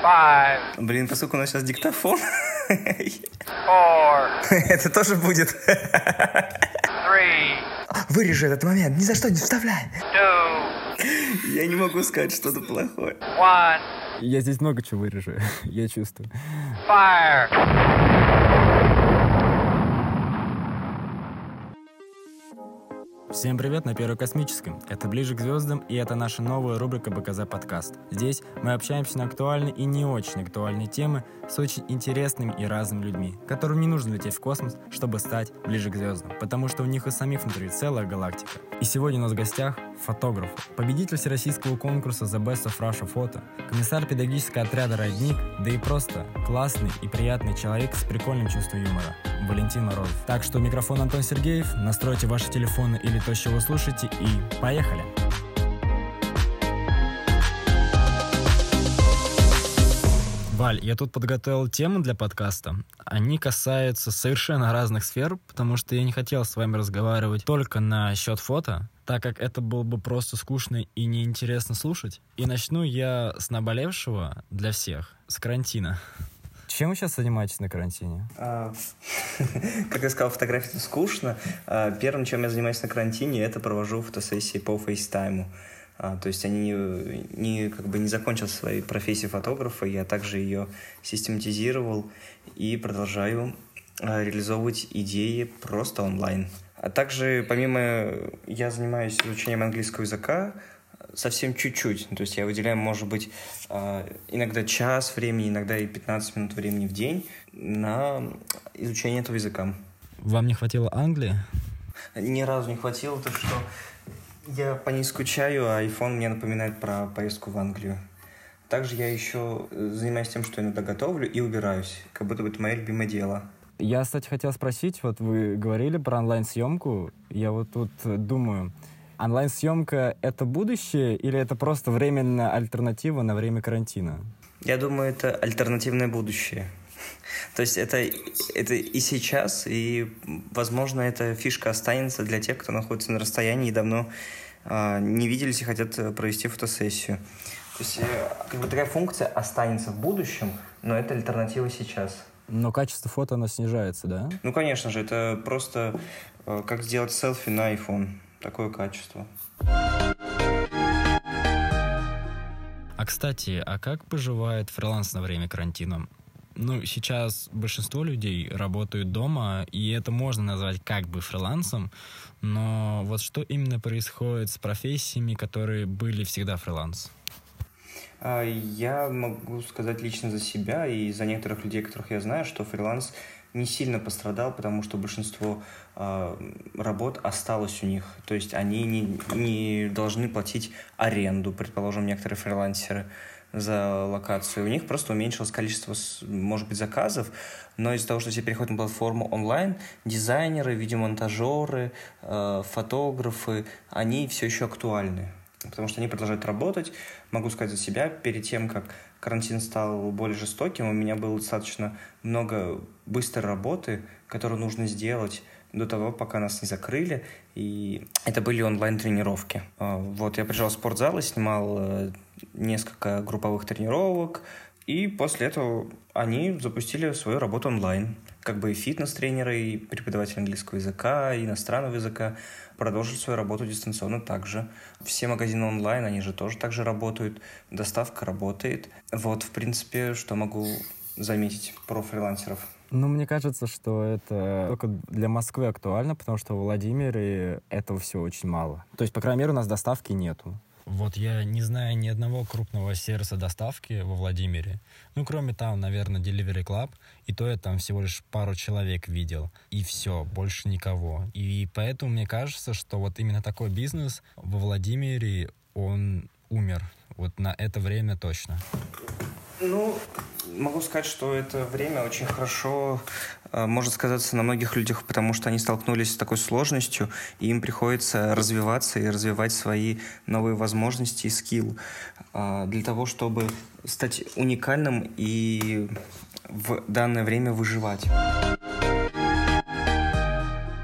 5, Блин, поскольку у нас сейчас диктофон, 4, это тоже будет. 3, Вырежи этот момент, ни за что не вставляй. 2, Я не могу сказать что-то плохое. 1. Я здесь много чего вырежу, я чувствую. Fire! Всем привет на Первой Космической. Это «Ближе к звездам» и это наша новая рубрика БКЗ подкаст. Здесь мы общаемся на актуальные и не очень актуальные темы с очень интересными и разными людьми, которым не нужно лететь в космос, чтобы стать ближе к звездам, потому что у них и самих внутри целая галактика. И сегодня у нас в гостях фотограф, победитель всероссийского конкурса The Best of Russia Photo, комиссар педагогического отряда «Родник», да и просто классный и приятный человек с прикольным чувством юмора Валентин Морозов. Так что микрофон Антон Сергеев, настройте ваши телефоны или то, что вы слушаете, и поехали! Валь, я тут подготовил темы для подкаста. Они касаются совершенно разных сфер, потому что я не хотел с вами разговаривать только насчет фото, так как это было бы просто скучно и неинтересно слушать. И начну я с наболевшего для всех, с карантина. Чем вы сейчас занимаетесь на карантине? Как я сказал, фотографии это скучно. Первым, чем я занимаюсь на карантине, это провожу фотосессии по фейстайму. То есть они не закончил своей профессии фотографа, я также ее систематизировал и продолжаю реализовывать идеи просто онлайн. А также, помимо, я занимаюсь изучением английского языка совсем чуть-чуть. То есть я выделяю, может быть, иногда час времени, иногда и 15 минут времени в день на изучение этого языка. Вам не хватило Англии? Ни разу не хватило, то что я по ней скучаю, а iPhone мне напоминает про поездку в Англию. Также я еще занимаюсь тем, что иногда готовлю и убираюсь, как будто бы это мое любимое дело. Я, кстати, хотел спросить, вот вы говорили про онлайн-съемку, я вот тут думаю, онлайн-съемка — это будущее или это просто временная альтернатива на время карантина? Я думаю, это альтернативное будущее. То есть это и сейчас, и, возможно, эта фишка останется для тех, кто находится на расстоянии и давно не виделись и хотят провести фотосессию. То есть как бы такая функция останется в будущем, но это альтернатива сейчас. Но качество фото, оно снижается, да? Ну, конечно же, это просто как сделать селфи на iPhone. Такое качество. А, кстати, а как поживает фриланс на время карантина? Ну, сейчас большинство людей работают дома, и это можно назвать как бы фрилансом, но вот что именно происходит с профессиями, которые были всегда фриланс? Я могу сказать лично за себя и за некоторых людей, которых я знаю, что фриланс не сильно пострадал, потому что большинство работ осталось у них. То есть они не должны платить аренду, предположим, некоторые фрилансеры, за локацию. У них просто уменьшилось количество, может быть, заказов, но из-за того, что все переходят на платформу онлайн, дизайнеры, видеомонтажеры, фотографы, они все еще актуальны, потому что они продолжают работать. Могу сказать за себя, перед тем, как карантин стал более жестоким, у меня было достаточно много быстрой работы, которую нужно сделать до того, пока нас не закрыли, и это были онлайн-тренировки. Вот, я приезжал в спортзал и снимал несколько групповых тренировок, и после этого они запустили свою работу онлайн. Как бы и фитнес-тренеры, и преподаватели английского языка, и иностранного языка продолжили свою работу дистанционно также. Все магазины онлайн, они же тоже так же работают, доставка работает. Вот, в принципе, что могу заметить про фрилансеров. Ну, мне кажется, что это только для Москвы актуально, потому что в Владимире этого всего очень мало. То есть, по крайней мере, у нас доставки нету. Вот я не знаю ни одного крупного сервиса доставки во Владимире. Ну, кроме там, наверное, Delivery Club. И то я там всего лишь пару человек видел. И все, больше никого. И поэтому мне кажется, что вот именно такой бизнес во Владимире, он умер. Вот на это время точно. Ну, могу сказать, что это время очень хорошо может сказаться на многих людях, потому что они столкнулись с такой сложностью, и им приходится развиваться и развивать свои новые возможности и скилл для того, чтобы стать уникальным и в данное время выживать.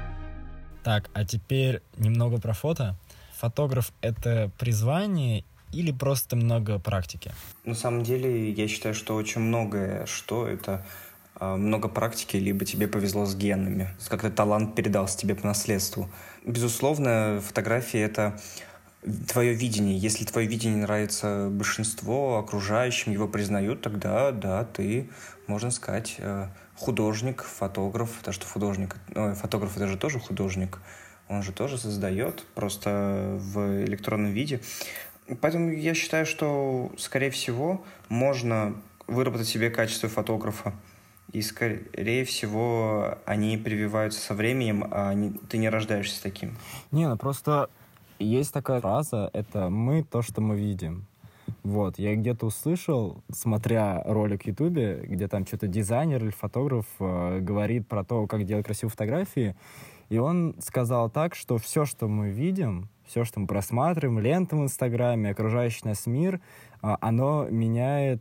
Так, а теперь немного про фото. Фотограф — это призвание или просто много практики? На самом деле, я считаю, что очень многое, что это много практики, либо тебе повезло с генами, как-то талант передался тебе по наследству. Безусловно, фотографии — это твое видение. Если твое видение нравится большинству, окружающим его признают, тогда, да, ты, можно сказать, художник, фотограф. Потому что фотограф — это же тоже художник. Он же тоже создает, просто в электронном виде. Поэтому я считаю, что, скорее всего, можно выработать себе качество фотографа. И, скорее всего, они прививаются со временем, а ты не рождаешься таким. Не, ну просто есть такая фраза, это «мы то, что мы видим». Вот, я где-то услышал, смотря ролик в Ютубе, где там что-то дизайнер или фотограф говорит про то, как делать красивые фотографии, и он сказал так, что все, что мы видим, все, что мы просматриваем, ленты в Инстаграме, окружающий нас мир, оно меняет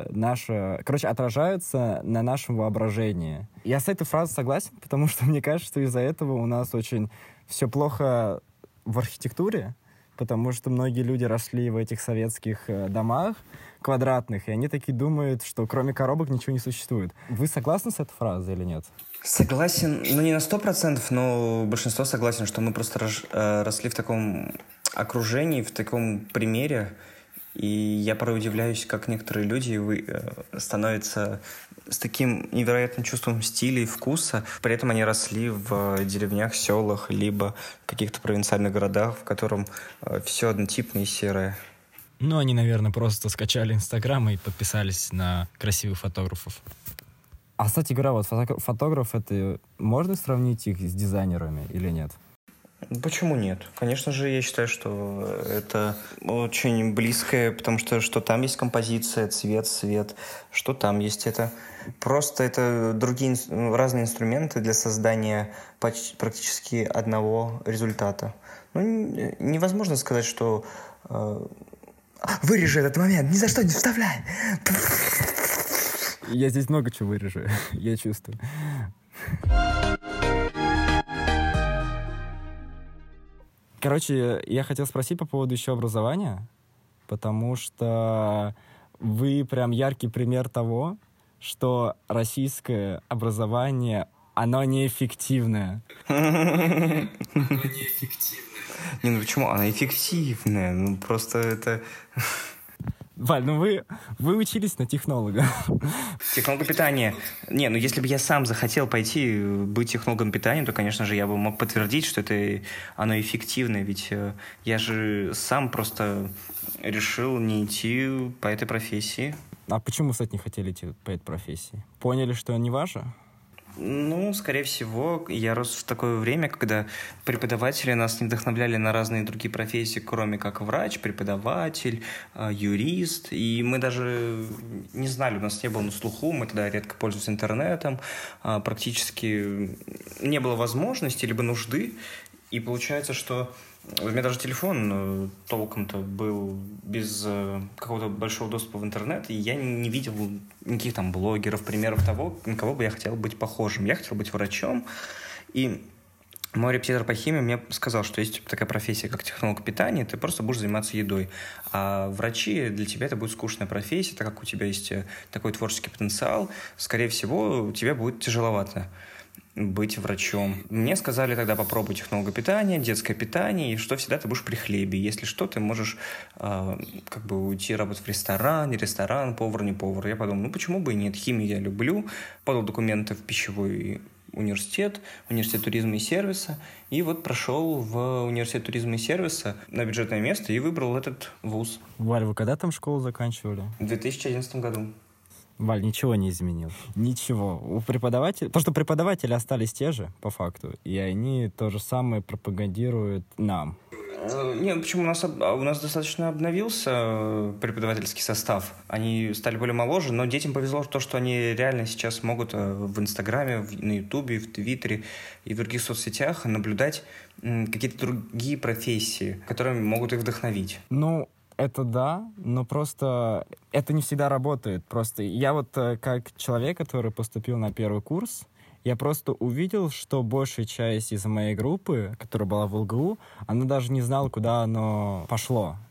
отражается на нашем воображении. Я с этой фразой согласен, потому что мне кажется, что из-за этого у нас очень все плохо в архитектуре, потому что многие люди росли в этих советских домах квадратных, и они такие думают, что кроме коробок ничего не существует. Вы согласны с этой фразой или нет? Согласен, не на 100%, но большинство согласен, что мы просто росли в таком окружении, в таком примере, и я порой удивляюсь, как некоторые люди становятся с таким невероятным чувством стиля и вкуса, при этом они росли в деревнях, селах, либо в каких-то провинциальных городах, в котором все однотипное и серое. Ну, они, наверное, просто скачали Инстаграм и подписались на красивых фотографов. А, кстати говоря, вот фотограф, это можно сравнить их с дизайнерами или нет? Почему нет? Конечно же, я считаю, что это очень близкое, потому что там есть композиция, цвет, свет, что там есть это. Просто это другие разные инструменты для создания практически одного результата. Невозможно сказать, что вырежи этот момент, ни за что не вставляй. Я здесь много чего вырежу, я чувствую. Короче, я хотел спросить по поводу еще образования, потому что вы прям яркий пример того, что российское образование, оно неэффективное. Почему? Оно эффективное. Просто это... Валь, вы учились на технолога. Технолога питания. Если бы я сам захотел пойти быть технологом питания, то, конечно же, я бы мог подтвердить, что оно эффективное. Ведь я же сам просто решил не идти по этой профессии. А почему, кстати, не хотели идти по этой профессии? Поняли, что не ваше? Скорее всего, я рос в такое время, когда преподаватели нас не вдохновляли на разные другие профессии, кроме как врач, преподаватель, юрист. И мы даже не знали, у нас не было на слуху, мы тогда редко пользовались интернетом, практически не было возможности либо нужды. И получается, что у меня даже телефон толком-то был без какого-то большого доступа в интернет, и я не видел никаких там блогеров, примеров того, на кого бы я хотел быть похожим. Я хотел быть врачом, и мой репетитор по химии мне сказал, что есть такая профессия, как технолог питания, ты просто будешь заниматься едой. А врачи, для тебя это будет скучная профессия, так как у тебя есть такой творческий потенциал, скорее всего, тебе будет тяжеловато быть врачом. Мне сказали тогда попробуй технолога питания, детское питание, и что всегда ты будешь при хлебе. Если что, ты можешь уйти работать в ресторан, повар, не повар. Я подумал, почему бы и нет, химию я люблю. Подал документы в пищевой университет туризма и сервиса, и вот прошел в университет туризма и сервиса на бюджетное место и выбрал этот вуз. Валь, вы когда там школу заканчивали? В 2011 году. Валь, ничего не изменил. Ничего. У преподавателей... Потому что преподаватели остались те же, по факту, и они то же самое пропагандируют нам. Почему? У нас достаточно обновился преподавательский состав. Они стали более моложе, но детям повезло то, что они реально сейчас могут в Инстаграме, на Ютубе, в Твиттере и в других соцсетях наблюдать какие-то другие профессии, которые могут их вдохновить. Это да, но просто это не всегда работает. Просто я вот как человек, который поступил на первый курс, я просто увидел, что большая часть из моей группы, которая была в ЛГУ, она даже не знала, куда оно пошло.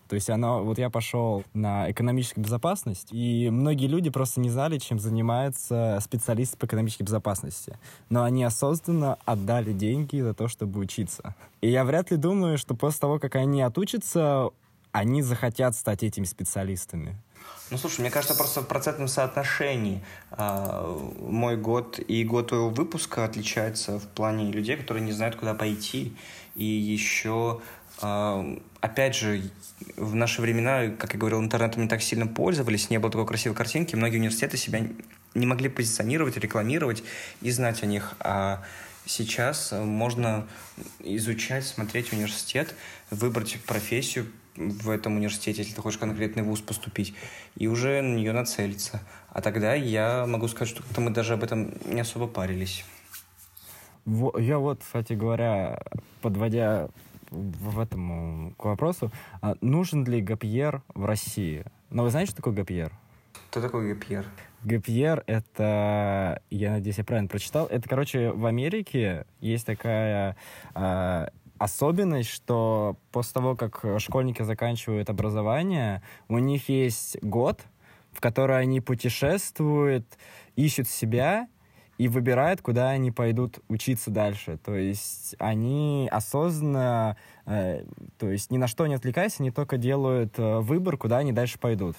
То есть вот я пошел на экономическую безопасность, и многие люди просто не знали, чем занимается специалист по экономической безопасности. Но они осознанно отдали деньги за то, чтобы учиться. И я вряд ли думаю, что после того, как они отучатся, они захотят стать этими специалистами. Ну, слушай, мне кажется, просто в процентном соотношении мой год и год твоего выпуска отличается в плане людей, которые не знают, куда пойти. И еще, опять же, в наши времена, как я говорил, интернетом не так сильно пользовались, не было такой красивой картинки, многие университеты себя не могли позиционировать, рекламировать и знать о них. А сейчас можно изучать, смотреть университет, выбрать профессию в этом университете, если ты хочешь в конкретный вуз поступить, и уже на нее нацелиться. А тогда я могу сказать, что как-то мы даже об этом не особо парились. Я вот, кстати говоря, подводя к вопросу, нужен ли ГПР в России? Но вы знаете, что такое ГПР? Кто такой ГПР? ГПР — это, я надеюсь, я правильно прочитал, это, короче, в Америке есть такая особенность, что после того, как школьники заканчивают образование, у них есть год, в который они путешествуют, ищут себя и выбирают, куда они пойдут учиться дальше. То есть они осознанно, то есть ни на что не отвлекаясь, они только делают выбор, куда они дальше пойдут.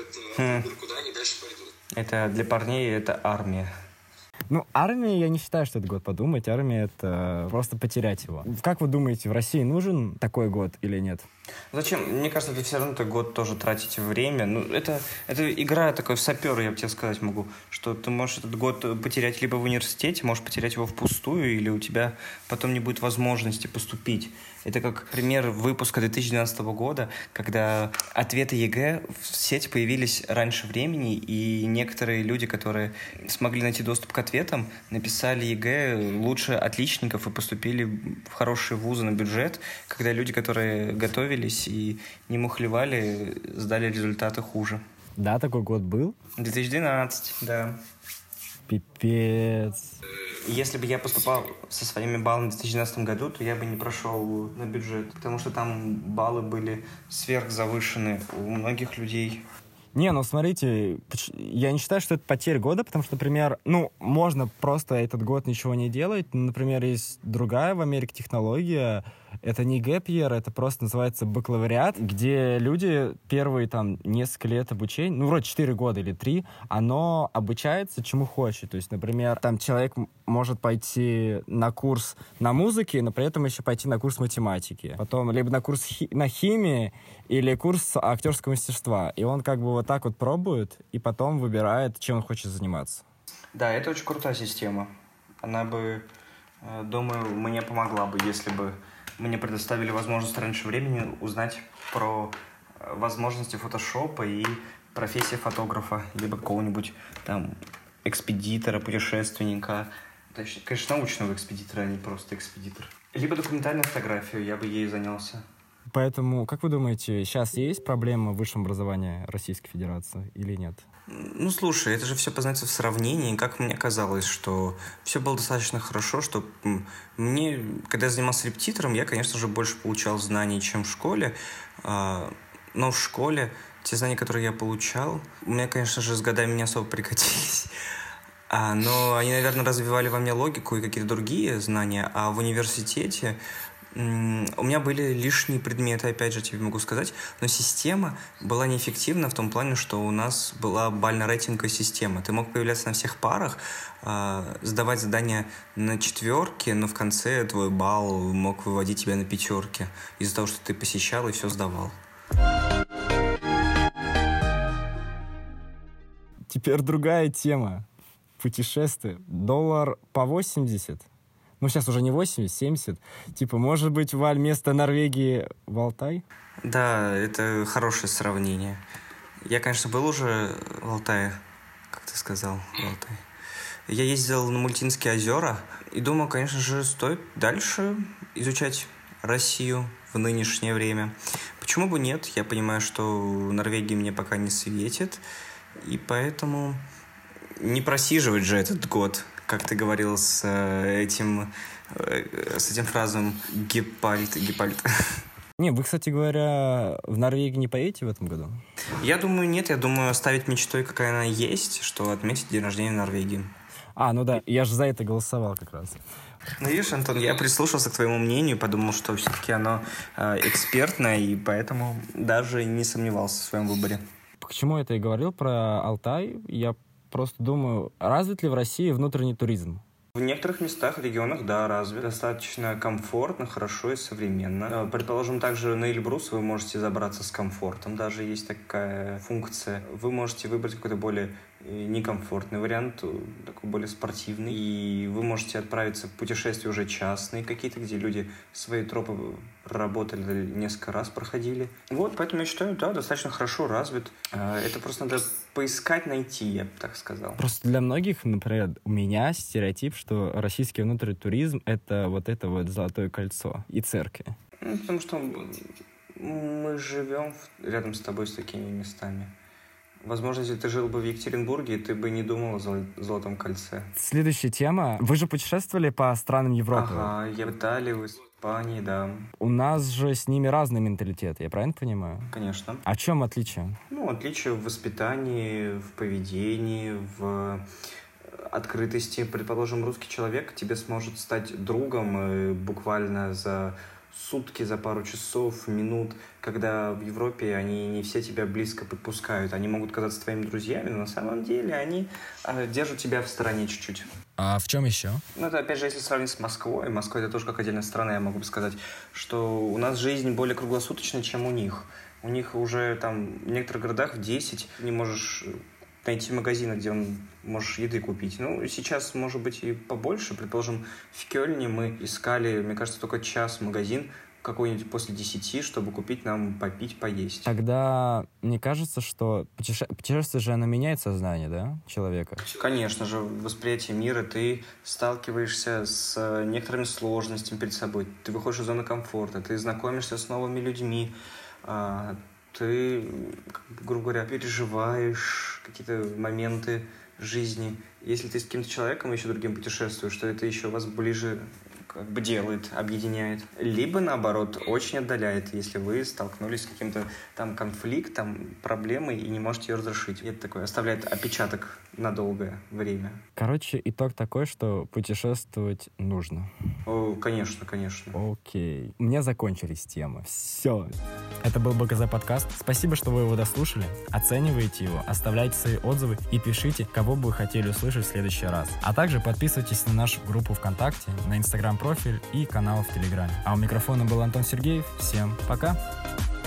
Это для парней это армия. Ну, армия, я не считаю, что это год подумать. Армия — это просто потерять его. Как вы думаете, в России нужен такой год или нет? Зачем? Мне кажется, ты все равно ты год тоже тратите время. Ну, это игра такой в сапера, я бы тебе сказать могу, что ты можешь этот год потерять либо в университете, можешь потерять его впустую, или у тебя потом не будет возможности поступить. Это как пример выпуска 2012 года, когда ответы ЕГЭ в сети появились раньше времени, и некоторые люди, которые смогли найти доступ к ответам, написали ЕГЭ лучше отличников и поступили в хорошие вузы на бюджет, когда люди, которые готовились и не мухлевали, сдали результаты хуже. Да, такой год был? 2012, да. Пипец. Если бы я поступал со своими баллами в 2012 году, то я бы не прошел на бюджет, потому что там баллы были сверхзавышены у многих людей. Не, ну смотрите, я не считаю, что это потеря года, потому что, например, можно просто этот год ничего не делать. Например, есть другая в Америке технология, это не gap year, это просто называется бакалавриат, где люди первые там несколько лет обучения, вроде 4 года или 3, оно обучается чему хочет. То есть, например, там человек может пойти на курс на музыке, но при этом еще пойти на курс математики. Потом либо на курс на химии или курс актерского мастерства. И он как бы вот так вот пробует, и потом выбирает, чем он хочет заниматься. Да, это очень крутая система. Она бы, думаю, мне помогла бы, если бы мне предоставили возможность раньше времени узнать про возможности фотошопа и профессии фотографа, либо какого-нибудь там экспедитора, путешественника. Точнее, конечно, научного экспедитора, а не просто экспедитор. Либо документальную фотографию, я бы ею занялся. Поэтому, как вы думаете, сейчас есть проблема в высшем образовании Российской Федерации или нет? Ну, слушай, это же все познается в сравнении. Как мне казалось, что все было достаточно хорошо, что мне, когда я занимался репетитором, я, конечно же, больше получал знаний, чем в школе. Но в школе те знания, которые я получал, у меня, конечно же, с годами не особо пригодились. Но они, наверное, развивали во мне логику и какие-то другие знания. А в университете у меня были лишние предметы, опять же, тебе могу сказать, но система была неэффективна в том плане, что у нас была бально-рейтинговая система. Ты мог появляться на всех парах, сдавать задания на 4, но в конце твой балл мог выводить тебя на 5 из-за того, что ты посещал и все сдавал. Теперь другая тема. Путешествие. $1 по 80. Сейчас уже не 80, 70. Может быть, Валь, вместо Норвегии в Алтай? Да, это хорошее сравнение. Я, конечно, был уже в Алтае, как ты сказал, в Алтае. Я ездил на Мультинские озера и думаю, конечно же, стоит дальше изучать Россию в нынешнее время. Почему бы нет? Я понимаю, что Норвегия мне пока не светит, и поэтому не просиживать же этот год, как ты говорил с этим фразом Гепальд. Не, вы, кстати говоря, в Норвегию не поедете в этом году? Я думаю, нет. Я думаю, оставить мечтой, какая она есть, что отметить день рождения в Норвегии. Ну да, я же за это голосовал как раз. Ну, видишь, Антон, я прислушался к твоему мнению и подумал, что все-таки оно экспертное, и поэтому даже не сомневался в своем выборе. Почему я это и говорил про Алтай? Я просто думаю, развит ли в России внутренний туризм? В некоторых местах, регионах, да, развит. Достаточно комфортно, хорошо и современно. Предположим, также на Эльбрус вы можете забраться с комфортом. Даже есть такая функция. Вы можете выбрать какой-то более некомфортный вариант, такой более спортивный. И вы можете отправиться в путешествия уже частные какие-то, где люди свои тропы проработали, несколько раз проходили. Вот, поэтому я считаю, да, достаточно хорошо развит. Это просто надо поискать, найти, я бы так сказал. Просто для многих, например, у меня стереотип, что российский внутренний туризм — это вот Золотое кольцо и церкви. Потому что мы живем рядом с тобой с такими местами. Возможно, если ты жил бы в Екатеринбурге, ты бы не думал о Золотом кольце. Следующая тема. Вы же путешествовали по странам Европы? Ага, я в Италии, в Испании, да. У нас же с ними разный менталитет, я правильно понимаю? Конечно. О чем отличие? Отличие в воспитании, в поведении, в открытости. Предположим, русский человек тебе сможет стать другом буквально за сутки, за пару часов, минут, когда в Европе они не все тебя близко подпускают. Они могут казаться твоими друзьями, но на самом деле они держат тебя в стороне чуть-чуть. А в чем еще? Это, опять же, если сравнить с Москвой. Москва — это тоже как отдельная страна, я могу сказать, что у нас жизнь более круглосуточная, чем у них. У них уже там в некоторых городах в 10 не можешь найти магазин, где можешь еды купить. Сейчас, может быть, и побольше. Предположим, в Кёльне мы искали, мне кажется, только час магазин какой-нибудь после 10, чтобы купить нам попить, поесть. Тогда мне кажется, что путешествие же, оно меняет сознание, да, человека? Конечно же, в восприятии мира ты сталкиваешься с некоторыми сложностями перед собой. Ты выходишь из зоны комфорта, ты знакомишься с новыми людьми, ты, грубо говоря, переживаешь какие-то моменты жизни. Если ты с каким-то человеком еще другим путешествуешь, то это еще вас ближе делает, объединяет. Либо, наоборот, очень отдаляет, если вы столкнулись с каким-то там конфликтом, проблемой и не можете ее разрешить. И это такое оставляет отпечаток на долгое время. Короче, итог такой, что путешествовать нужно. Конечно, конечно. Окей. У меня закончились темы. Все. Это был БКЗ подкаст. Спасибо, что вы его дослушали. Оценивайте его, оставляйте свои отзывы и пишите, кого бы вы хотели услышать в следующий раз. А также подписывайтесь на нашу группу ВКонтакте, на Инстаграм-профиль и канал в Телеграме. А у микрофона был Антон Сергеев. Всем пока!